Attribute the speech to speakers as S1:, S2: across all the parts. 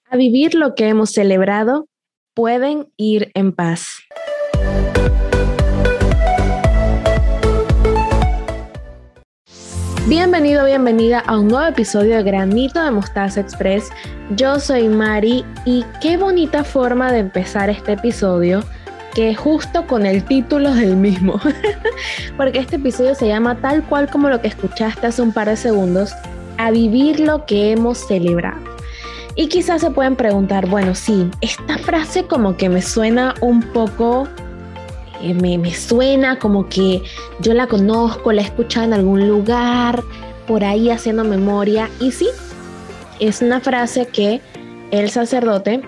S1: A vivir lo que hemos celebrado, pueden ir en paz. Bienvenido, bienvenida a un nuevo episodio de Granito de Mostaza Express. Yo soy Mari y qué bonita forma de empezar este episodio, que justo con el título del mismo, porque este episodio se llama tal cual como lo que escuchaste hace un par de segundos, a vivir lo que hemos celebrado. Y quizás se pueden preguntar, bueno, sí, esta frase como que me suena un poco, me suena como que yo la conozco, la he escuchado en algún lugar, por ahí haciendo memoria. Y sí, es una frase que el sacerdote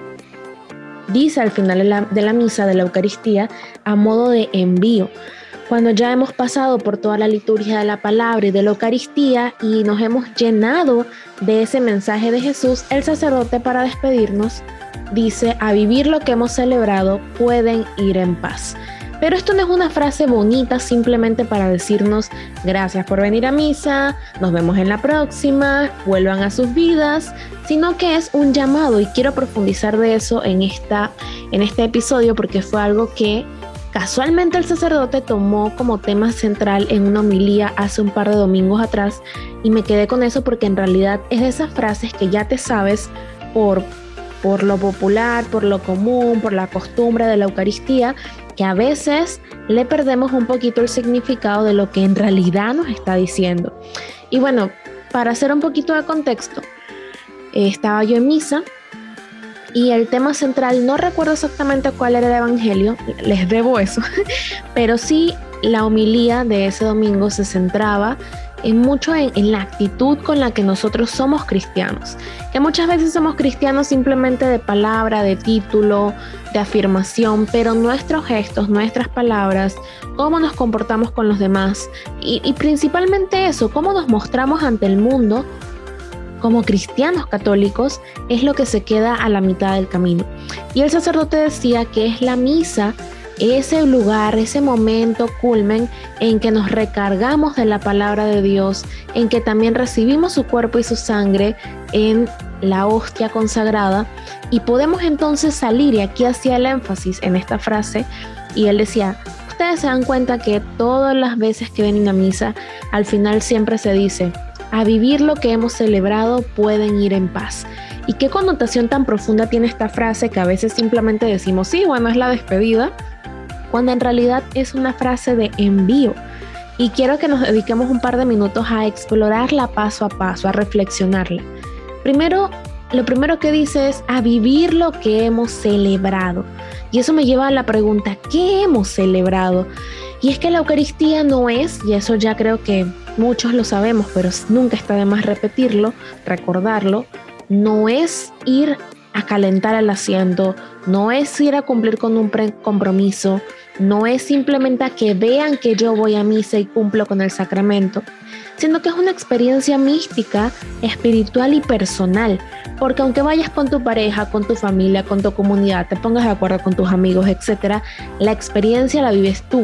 S1: dice al final de la misa, de la Eucaristía, a modo de envío. Cuando ya hemos pasado por toda la liturgia de la palabra y de la Eucaristía y nos hemos llenado de ese mensaje de Jesús, el sacerdote, para despedirnos, dice: a vivir lo que hemos celebrado, pueden ir en paz. Pero esto no es una frase bonita simplemente para decirnos gracias por venir a misa, nos vemos en la próxima, vuelvan a sus vidas, sino que es un llamado, y quiero profundizar de eso en este episodio, porque fue algo que casualmente el sacerdote tomó como tema central en una homilía hace un par de domingos atrás, y me quedé con eso porque en realidad es de esas frases que ya te sabes por lo popular, por lo común, por la costumbre de la Eucaristía, que a veces le perdemos un poquito el significado de lo que en realidad nos está diciendo. Y bueno, para hacer un poquito de contexto, estaba yo en misa y el tema central, no recuerdo exactamente cuál era el evangelio, les debo eso, pero sí la homilía de ese domingo se centraba mucho en la actitud con la que nosotros somos cristianos, que muchas veces somos cristianos simplemente de palabra, de título, de afirmación, pero nuestros gestos, nuestras palabras, cómo nos comportamos con los demás y principalmente eso, cómo nos mostramos ante el mundo como cristianos católicos, es lo que se queda a la mitad del camino. Y el sacerdote decía que es la misa ese lugar, ese momento culmen en que nos recargamos de la palabra de Dios, en que también recibimos su cuerpo y su sangre en la hostia consagrada, y podemos entonces salir, y aquí hacía el énfasis en esta frase, y él decía: ustedes se dan cuenta que todas las veces que vienen a misa, al final siempre se dice: a vivir lo que hemos celebrado, pueden ir en paz. ¿Y qué connotación tan profunda tiene esta frase, que a veces simplemente decimos, sí, bueno, es la despedida, cuando en realidad es una frase de envío? Y quiero que nos dediquemos un par de minutos a explorarla paso a paso, a reflexionarla. Lo primero que dice es a vivir lo que hemos celebrado. Y eso me lleva a la pregunta, ¿qué hemos celebrado? Y es que la Eucaristía no es, y eso ya creo que muchos lo sabemos, pero nunca está de más repetirlo, recordarlo, no es ir a calentar el asiento, no es ir a cumplir con un compromiso, no es simplemente a que vean que yo voy a misa y cumplo con el sacramento, sino que es una experiencia mística, espiritual y personal, porque aunque vayas con tu pareja, con tu familia, con tu comunidad, te pongas de acuerdo con tus amigos, etc., la experiencia la vives tú.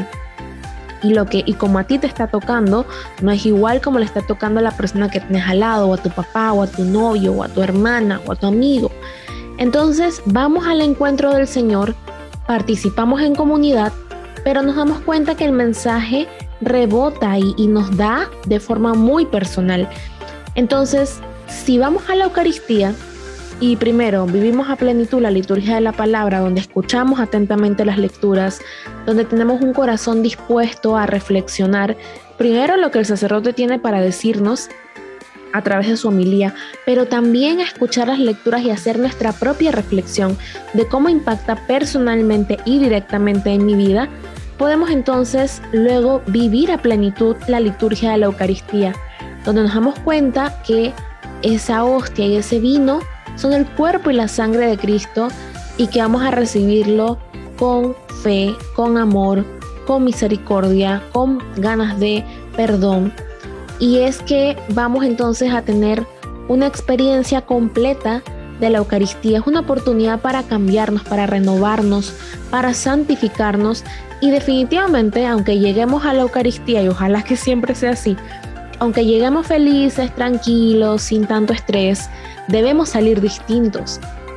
S1: Y como a ti te está tocando, no es igual como le está tocando a la persona que tienes al lado, o a tu papá, o a tu novio, o a tu hermana, o a tu amigo. Entonces vamos al encuentro del Señor, participamos en comunidad, pero nos damos cuenta que el mensaje rebota y nos da de forma muy personal. Entonces, si vamos a la Eucaristía y primero vivimos a plenitud la liturgia de la palabra, donde escuchamos atentamente las lecturas, donde tenemos un corazón dispuesto a reflexionar primero lo que el sacerdote tiene para decirnos a través de su homilía, pero también a escuchar las lecturas y hacer nuestra propia reflexión de cómo impacta personalmente y directamente en mi vida, podemos entonces luego vivir a plenitud la liturgia de la Eucaristía, donde nos damos cuenta que esa hostia y ese vino son el cuerpo y la sangre de Cristo, y que vamos a recibirlo con fe, con amor, con misericordia, con ganas de perdón. Y es que vamos entonces a tener una experiencia completa de la Eucaristía. Es una oportunidad para cambiarnos, para renovarnos, para santificarnos, y definitivamente, aunque lleguemos a la Eucaristía, y ojalá que siempre sea así, aunque lleguemos felices, tranquilos, sin tanto estrés, debemos salir distintos.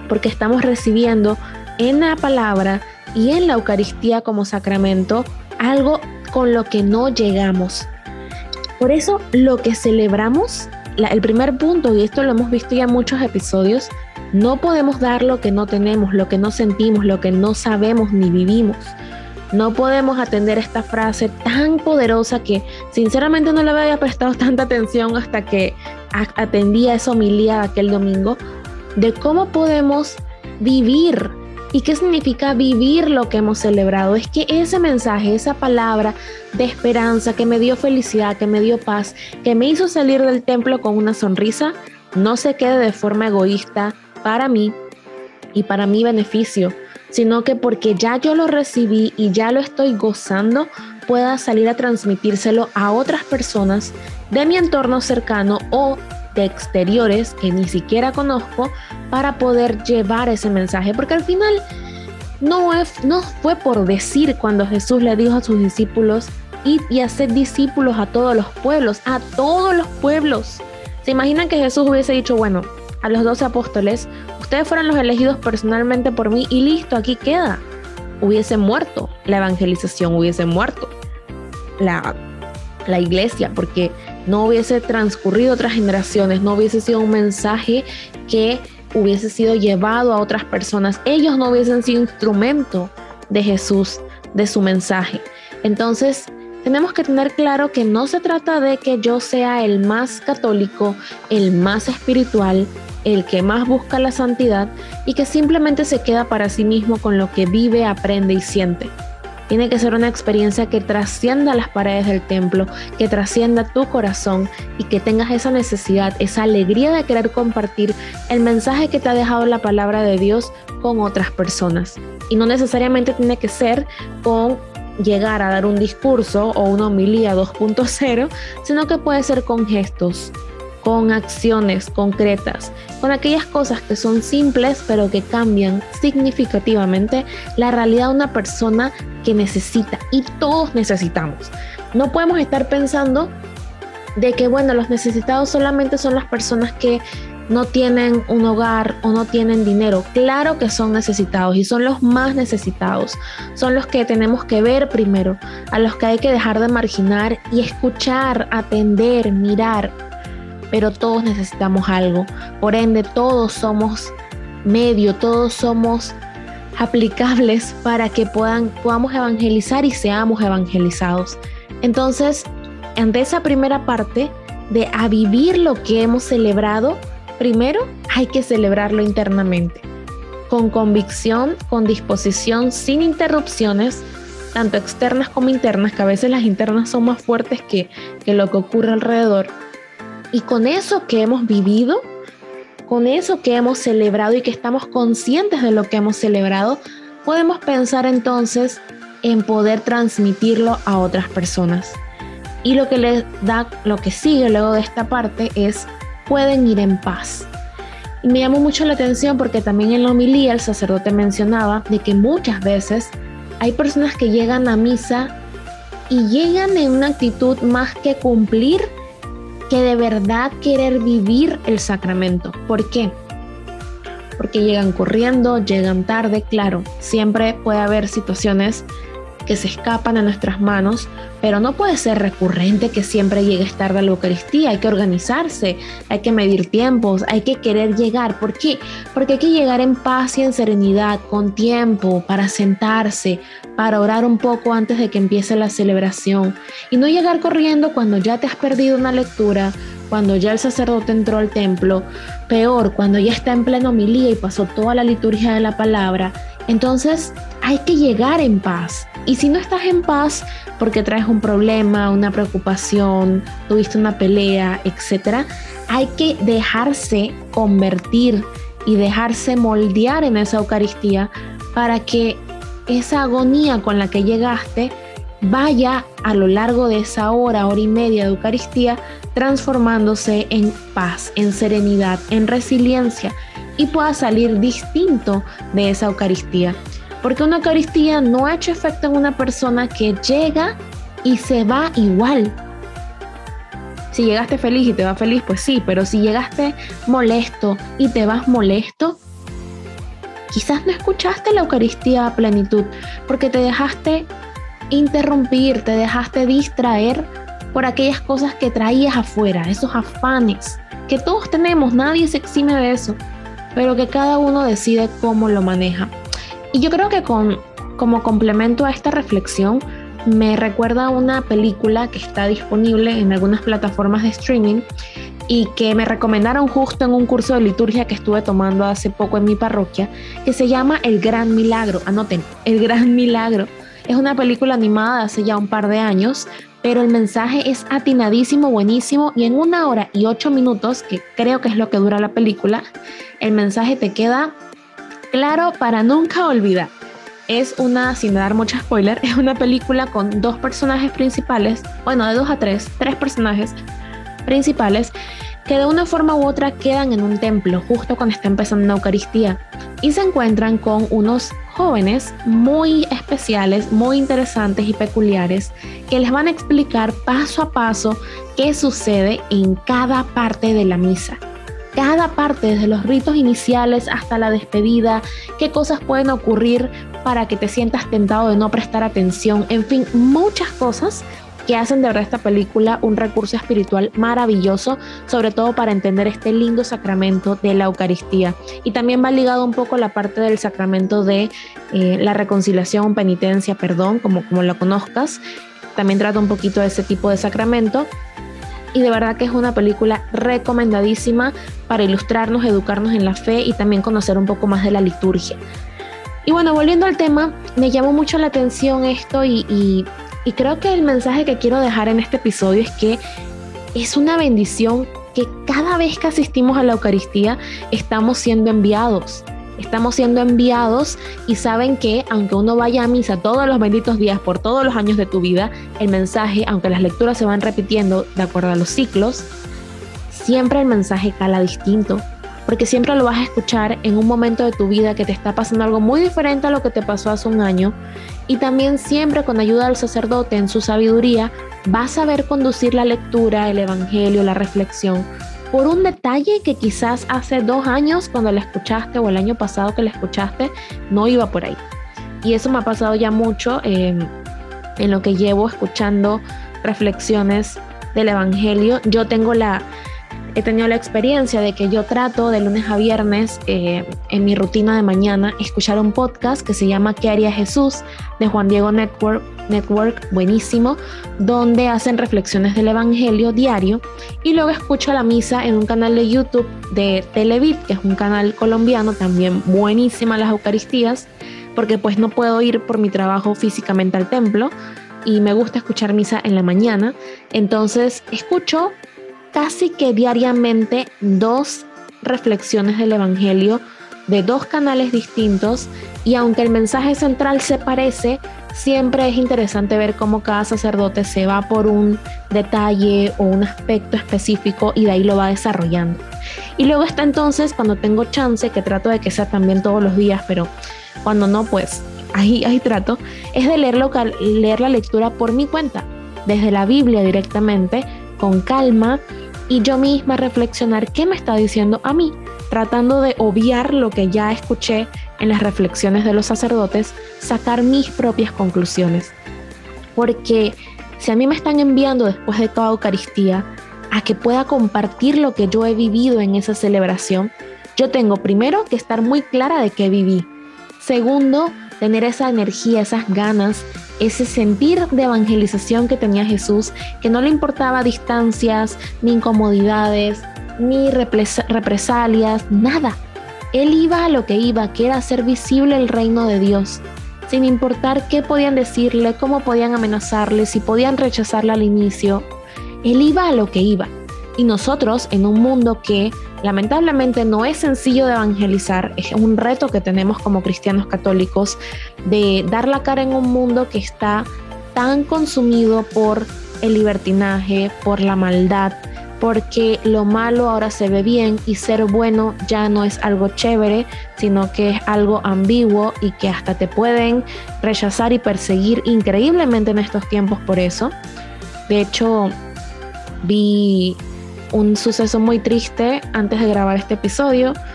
S1: porque estamos recibiendo en la palabra y en la Eucaristía como sacramento algo con lo que no llegamos. Por eso lo que celebramos, el primer punto, y esto lo hemos visto ya en muchos episodios, no podemos dar lo que no tenemos, lo que no sentimos, lo que no sabemos ni vivimos. No podemos atender esta frase tan poderosa que sinceramente no le había prestado tanta atención hasta que atendí a esa homilía aquel domingo, de cómo podemos vivir. ¿Y qué significa vivir lo que hemos celebrado? Es que ese mensaje, esa palabra de esperanza que me dio felicidad, que me dio paz, que me hizo salir del templo con una sonrisa, no se quede de forma egoísta para mí y para mi beneficio, sino que porque ya yo lo recibí y ya lo estoy gozando, pueda salir a transmitírselo a otras personas de mi entorno cercano o de exteriores que ni siquiera conozco, para poder llevar ese mensaje, porque al final no fue por decir cuando Jesús le dijo a sus discípulos y hacer discípulos a todos los pueblos, ¿Se imaginan que Jesús hubiese dicho, bueno, a los 12 apóstoles, ustedes fueron los elegidos personalmente por mí y listo, aquí queda? Hubiese muerto la evangelización, hubiese muerto la iglesia, porque no hubiese transcurrido otras generaciones, no hubiese sido un mensaje que hubiese sido llevado a otras personas. Ellos no hubiesen sido instrumento de Jesús, de su mensaje. Entonces, tenemos que tener claro que no se trata de que yo sea el más católico, el más espiritual, el que más busca la santidad y que simplemente se queda para sí mismo con lo que vive, aprende y siente. Tiene que ser una experiencia que trascienda las paredes del templo, que trascienda tu corazón y que tengas esa necesidad, esa alegría de querer compartir el mensaje que te ha dejado la palabra de Dios con otras personas. Y no necesariamente tiene que ser con llegar a dar un discurso o una homilía 2.0, sino que puede ser con gestos, con acciones concretas, con aquellas cosas que son simples pero que cambian significativamente la realidad de una persona que necesita, y todos necesitamos. No podemos estar pensando de que, bueno, los necesitados solamente son las personas que no tienen un hogar o no tienen dinero. Claro que son necesitados y son los más necesitados. Son los que tenemos que ver primero, a los que hay que dejar de marginar y escuchar, atender, mirar. Pero todos necesitamos algo. Por ende, todos somos medio, todos somos aplicables para que podamos evangelizar y seamos evangelizados. Entonces, ante esa primera parte de a vivir lo que hemos celebrado, primero hay que celebrarlo internamente, con convicción, con disposición, sin interrupciones, tanto externas como internas, que a veces las internas son más fuertes que lo que ocurre alrededor. Y con eso que hemos vivido, con eso que hemos celebrado y que estamos conscientes de lo que hemos celebrado, podemos pensar entonces en poder transmitirlo a otras personas. Y lo que sigue luego de esta parte es: pueden ir en paz. Y me llamó mucho la atención porque también en la homilía el sacerdote mencionaba de que muchas veces hay personas que llegan a misa y llegan en una actitud más que cumplir, que de verdad querer vivir el sacramento. ¿Por qué? Porque llegan corriendo, llegan tarde. Claro, siempre puede haber situaciones que se escapan a nuestras manos, pero no puede ser recurrente que siempre llegues tarde a la Eucaristía. Hay que organizarse, hay que medir tiempos, hay que querer llegar. ¿Por qué? Porque hay que llegar en paz y en serenidad, con tiempo para sentarse, para orar un poco antes de que empiece la celebración, y no llegar corriendo cuando ya te has perdido una lectura, cuando ya el sacerdote entró al templo, peor, cuando ya está en plena homilía y pasó toda la liturgia de la palabra. Entonces hay que llegar en paz. Y si no estás en paz porque traes un problema, una preocupación, tuviste una pelea, etc., hay que dejarse convertir y dejarse moldear en esa Eucaristía para que esa agonía con la que llegaste vaya a lo largo de esa hora y media de Eucaristía transformándose en paz, en serenidad, en resiliencia, y pueda salir distinto de esa Eucaristía. Porque una Eucaristía no ha hecho efecto en una persona que llega y se va igual. Si llegaste feliz y te vas feliz, pues sí, pero si llegaste molesto y te vas molesto, quizás no escuchaste la Eucaristía a plenitud porque te dejaste interrumpir, te dejaste distraer por aquellas cosas que traías afuera, esos afanes que todos tenemos, nadie se exime de eso, pero que cada uno decide cómo lo maneja. Y yo creo que como complemento a esta reflexión, me recuerda una película que está disponible en algunas plataformas de streaming y que me recomendaron justo en un curso de liturgia que estuve tomando hace poco en mi parroquia, que se llama El Gran Milagro. Anoten, El Gran Milagro. Es una película animada de hace ya un par de años, pero el mensaje es atinadísimo, buenísimo, y en 1 hora y 8 minutos, que creo que es lo que dura la película, el mensaje te queda claro para nunca olvidar. Es una, sin dar mucho spoiler, es una película con 2 personajes principales, bueno, de 2 a 3 personajes principales, que de una forma u otra quedan en un templo justo cuando está empezando la Eucaristía y se encuentran con unos jóvenes muy especiales, muy interesantes y peculiares que les van a explicar paso a paso qué sucede en cada parte de la misa. Cada parte, desde los ritos iniciales hasta la despedida, qué cosas pueden ocurrir para que te sientas tentado de no prestar atención, en fin, muchas cosas que hacen de verdad esta película un recurso espiritual maravilloso, sobre todo para entender este lindo sacramento de la Eucaristía. Y también va ligado un poco la parte del sacramento de la reconciliación, penitencia, perdón, como lo conozcas. También trata un poquito de ese tipo de sacramento. Y de verdad que es una película recomendadísima para ilustrarnos, educarnos en la fe y también conocer un poco más de la liturgia. Y bueno, volviendo al tema, me llamó mucho la atención esto y creo que el mensaje que quiero dejar en este episodio es que es una bendición que cada vez que asistimos a la Eucaristía estamos siendo enviados. Estamos siendo enviados y saben que aunque uno vaya a misa todos los benditos días por todos los años de tu vida, el mensaje, aunque las lecturas se van repitiendo de acuerdo a los ciclos, siempre el mensaje cala distinto, porque siempre lo vas a escuchar en un momento de tu vida que te está pasando algo muy diferente a lo que te pasó hace un año, y también siempre con ayuda del sacerdote en su sabiduría vas a saber conducir la lectura, el evangelio, la reflexión por un detalle que quizás hace 2 años cuando la escuchaste o el año pasado que la escuchaste no iba por ahí. Y eso me ha pasado ya mucho en lo que llevo escuchando reflexiones del evangelio. He tenido la experiencia de que yo trato de lunes a viernes en mi rutina de mañana escuchar un podcast que se llama ¿Qué haría Jesús? De Juan Diego Network, buenísimo, donde hacen reflexiones del evangelio diario, y luego escucho la misa en un canal de YouTube de Televid, que es un canal colombiano, también buenísima las Eucaristías, porque pues no puedo ir por mi trabajo físicamente al templo y me gusta escuchar misa en la mañana, entonces escucho casi que diariamente 2 reflexiones del evangelio de 2 canales distintos, y aunque el mensaje central se parece, siempre es interesante ver cómo cada sacerdote se va por un detalle o un aspecto específico y de ahí lo va desarrollando. Y luego está entonces cuando tengo chance, que trato de que sea también todos los días, pero cuando no, pues ahí trato, es de leer la lectura por mi cuenta, desde la Biblia directamente, con calma, y yo misma reflexionar qué me está diciendo a mí, tratando de obviar lo que ya escuché en las reflexiones de los sacerdotes, sacar mis propias conclusiones. Porque si a mí me están enviando después de cada Eucaristía a que pueda compartir lo que yo he vivido en esa celebración, yo tengo primero que estar muy clara de qué viví. Segundo, tener esa energía, esas ganas, ese sentir de evangelización que tenía Jesús, que no le importaba distancias, ni incomodidades, ni represalias, nada. Él iba a lo que iba, que era hacer visible el reino de Dios, sin importar qué podían decirle, cómo podían amenazarle, si podían rechazarle al inicio. Él iba a lo que iba. Y nosotros, en un mundo que lamentablemente no es sencillo de evangelizar, es un reto que tenemos como cristianos católicos de dar la cara en un mundo que está tan consumido por el libertinaje, por la maldad, porque lo malo ahora se ve bien y ser bueno ya no es algo chévere, sino que es algo ambiguo y que hasta te pueden rechazar y perseguir increíblemente en estos tiempos por eso. De hecho, vi un suceso muy triste antes de grabar este episodio.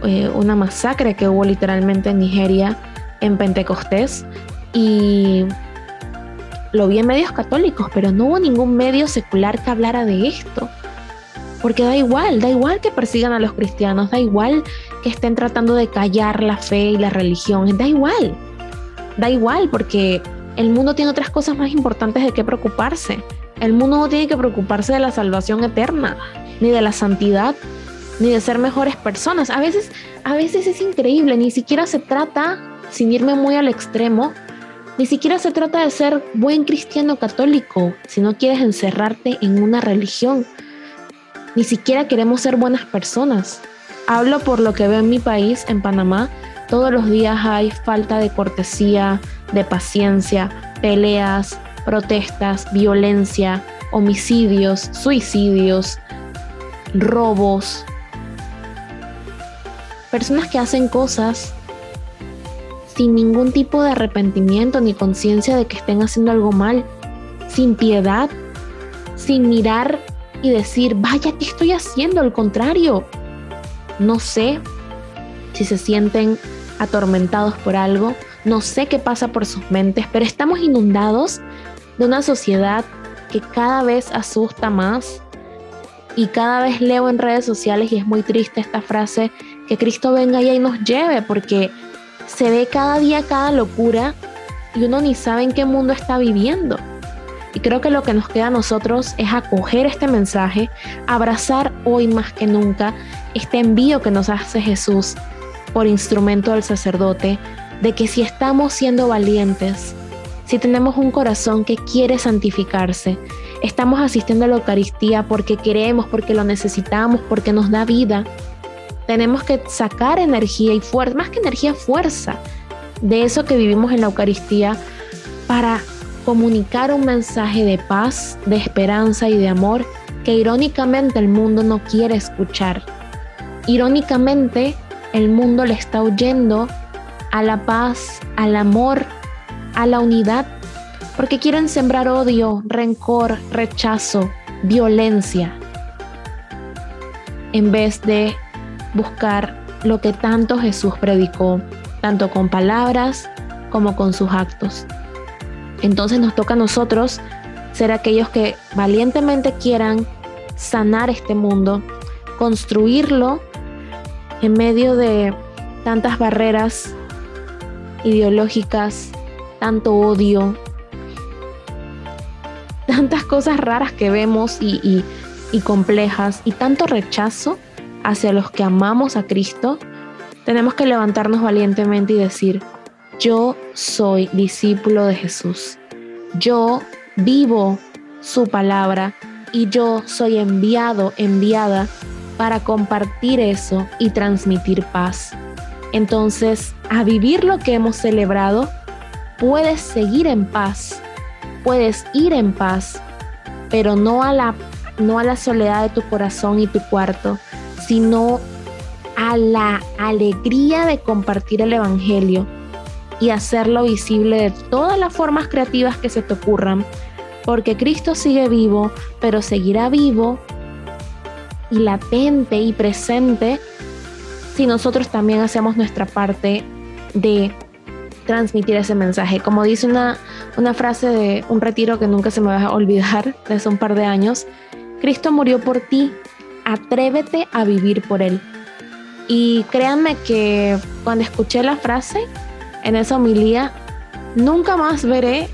S1: una masacre que hubo literalmente en Nigeria en Pentecostés, y lo vi en medios católicos, pero no hubo ningún medio secular que hablara de esto. Porque da igual que persigan a los cristianos, da igual que estén tratando de callar la fe y la religión, da igual porque el mundo tiene otras cosas más importantes de qué preocuparse. El mundo no tiene que preocuparse de la salvación eterna, ni de la santidad, ni de ser mejores personas. A veces es increíble, ni siquiera se trata, sin irme muy al extremo, ni siquiera se trata de ser buen cristiano católico, si no quieres encerrarte en una religión. Ni siquiera queremos ser buenas personas. Hablo por lo que veo en mi país, en Panamá. Todos los días hay falta de cortesía, de paciencia, peleas, protestas, violencia, homicidios, suicidios, robos. Personas que hacen cosas sin ningún tipo de arrepentimiento ni conciencia de que estén haciendo algo mal, sin piedad, sin mirar y decir, vaya, ¿qué estoy haciendo? Al contrario, no sé si se sienten atormentados por algo, no sé qué pasa por sus mentes, pero estamos inundados de una sociedad que cada vez asusta más, y cada vez leo en redes sociales, y es muy triste esta frase, que Cristo venga y nos lleve, porque se ve cada día cada locura y uno ni sabe en qué mundo está viviendo. Y creo que lo que nos queda a nosotros es acoger este mensaje, abrazar hoy más que nunca este envío que nos hace Jesús por instrumento del sacerdote, de que si estamos siendo valientes, si tenemos un corazón que quiere santificarse, estamos asistiendo a la Eucaristía porque queremos, porque lo necesitamos, porque nos da vida, tenemos que sacar energía y fuerza, más que energía, fuerza de eso que vivimos en la Eucaristía para comunicar un mensaje de paz, de esperanza y de amor que irónicamente el mundo no quiere escuchar. Irónicamente, el mundo le está huyendo a la paz, al amor, a la unidad, porque quieren sembrar odio, rencor, rechazo, violencia, en vez de buscar lo que tanto Jesús predicó, tanto con palabras como con sus actos. Entonces nos toca a nosotros ser aquellos que valientemente quieran sanar este mundo, construirlo en medio de tantas barreras ideológicas, tanto odio, tantas cosas raras que vemos y complejas, y tanto rechazo hacia los que amamos a Cristo. Tenemos que levantarnos valientemente y decir, yo soy discípulo de Jesús, yo vivo su palabra y yo soy enviada para compartir eso y transmitir paz. Entonces, a vivir lo que hemos celebrado, puedes seguir en paz, puedes ir en paz, pero no a la soledad de tu corazón y tu cuarto, sino a la alegría de compartir el Evangelio y hacerlo visible de todas las formas creativas que se te ocurran, porque Cristo sigue vivo, pero seguirá vivo y latente y presente si nosotros también hacemos nuestra parte de transmitir ese mensaje. Como dice una frase de un retiro que nunca se me va a olvidar, de hace un par de años, Cristo murió por ti, atrévete a vivir por Él. Y créanme que cuando escuché la frase en esa homilía, nunca más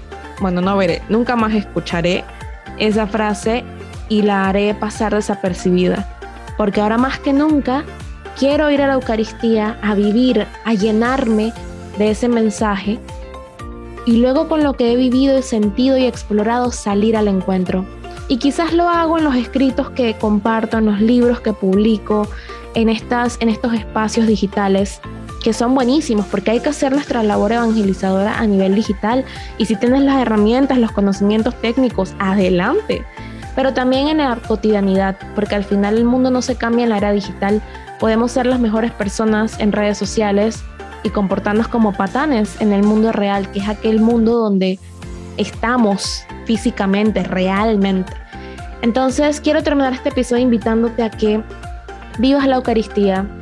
S1: nunca más escucharé esa frase y la haré pasar desapercibida, porque ahora más que nunca quiero ir a la Eucaristía, a vivir, a llenarme de ese mensaje, y luego con lo que he vivido y sentido y explorado salir al encuentro. Y quizás lo hago en los escritos que comparto, en los libros que publico, en estos espacios digitales, que son buenísimos, porque hay que hacer nuestra labor evangelizadora a nivel digital, y si tienes las herramientas, los conocimientos técnicos, adelante, pero también en la cotidianidad, porque al final el mundo no se cambia en la era digital. Podemos ser las mejores personas en redes sociales y comportarnos como patanes en el mundo real, que es aquel mundo donde estamos físicamente, realmente. Entonces quiero terminar este episodio invitándote a que vivas la Eucaristía,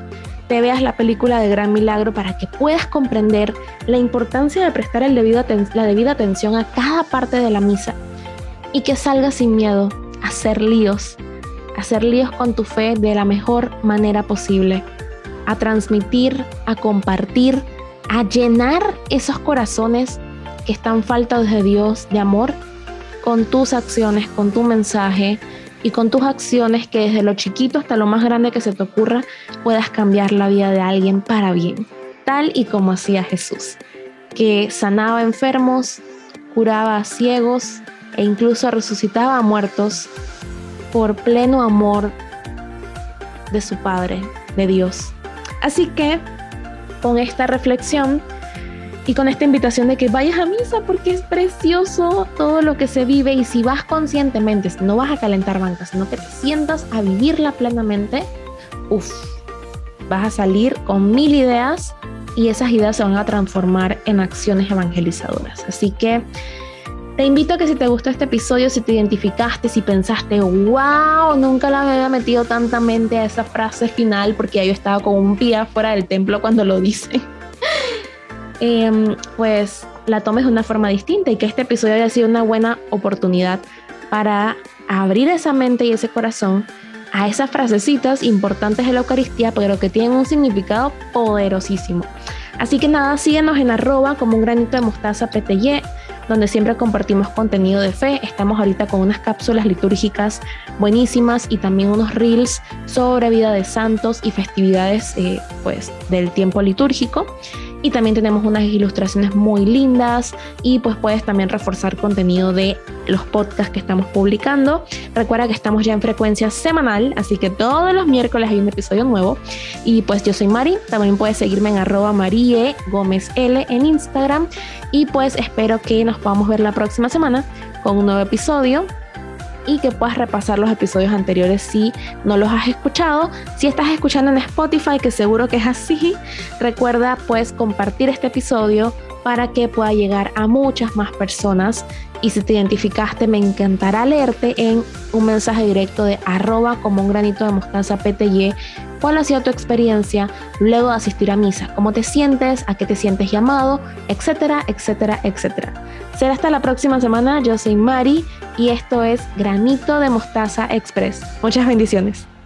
S1: te veas la película de Gran Milagro para que puedas comprender la importancia de prestar la debida atención a cada parte de la misa y que salgas sin miedo a hacer líos con tu fe de la mejor manera posible, a transmitir, a compartir, a llenar esos corazones que están faltos de Dios, de amor, con tus acciones, con tu mensaje y con tus acciones, que desde lo chiquito hasta lo más grande que se te ocurra, puedas cambiar la vida de alguien para bien, tal y como hacía Jesús, que sanaba enfermos, curaba a ciegos e incluso resucitaba a muertos por pleno amor de su Padre, de Dios. Así que, con esta reflexión y con esta invitación de que vayas a misa porque es precioso todo lo que se vive, y si vas conscientemente, no vas a calentar bancas, sino que te sientas a vivirla plenamente, vas a salir con 1000 ideas y esas ideas se van a transformar en acciones evangelizadoras. Así que te invito a que si te gustó este episodio, si te identificaste, si pensaste, wow, nunca la había metido tanta mente a esa frase final porque ya yo estaba con un pie afuera del templo cuando lo dice, pues la tomes de una forma distinta y que este episodio haya sido una buena oportunidad para abrir esa mente y ese corazón a esas frasecitas importantes de la Eucaristía, pero que tienen un significado poderosísimo. Así que nada, síguenos en @comungranitodemostaza_pty, donde siempre compartimos contenido de fe. Estamos ahorita con unas cápsulas litúrgicas buenísimas y también unos reels sobre vida de santos y festividades pues del tiempo litúrgico. Y también tenemos unas ilustraciones muy lindas y pues puedes también reforzar contenido de los podcasts que estamos publicando. Recuerda que estamos ya en frecuencia semanal, así que todos los miércoles hay un episodio nuevo. Y pues yo soy Mari, también puedes seguirme en @mariegomezl en Instagram. Y pues espero que nos podamos ver la próxima semana con un nuevo episodio y que puedas repasar los episodios anteriores si no los has escuchado. Si estás escuchando en Spotify, que seguro que es así, recuerda pues compartir este episodio para que pueda llegar a muchas más personas. Y si te identificaste, me encantará leerte en un mensaje directo de @comungranitodemostaza_pty. ¿Cuál ha sido tu experiencia luego de asistir a misa? ¿Cómo te sientes? ¿A qué te sientes llamado? Etcétera, etcétera, etcétera. Será hasta la próxima semana. Yo soy Mari y esto es Granito de Mostaza Express. Muchas bendiciones.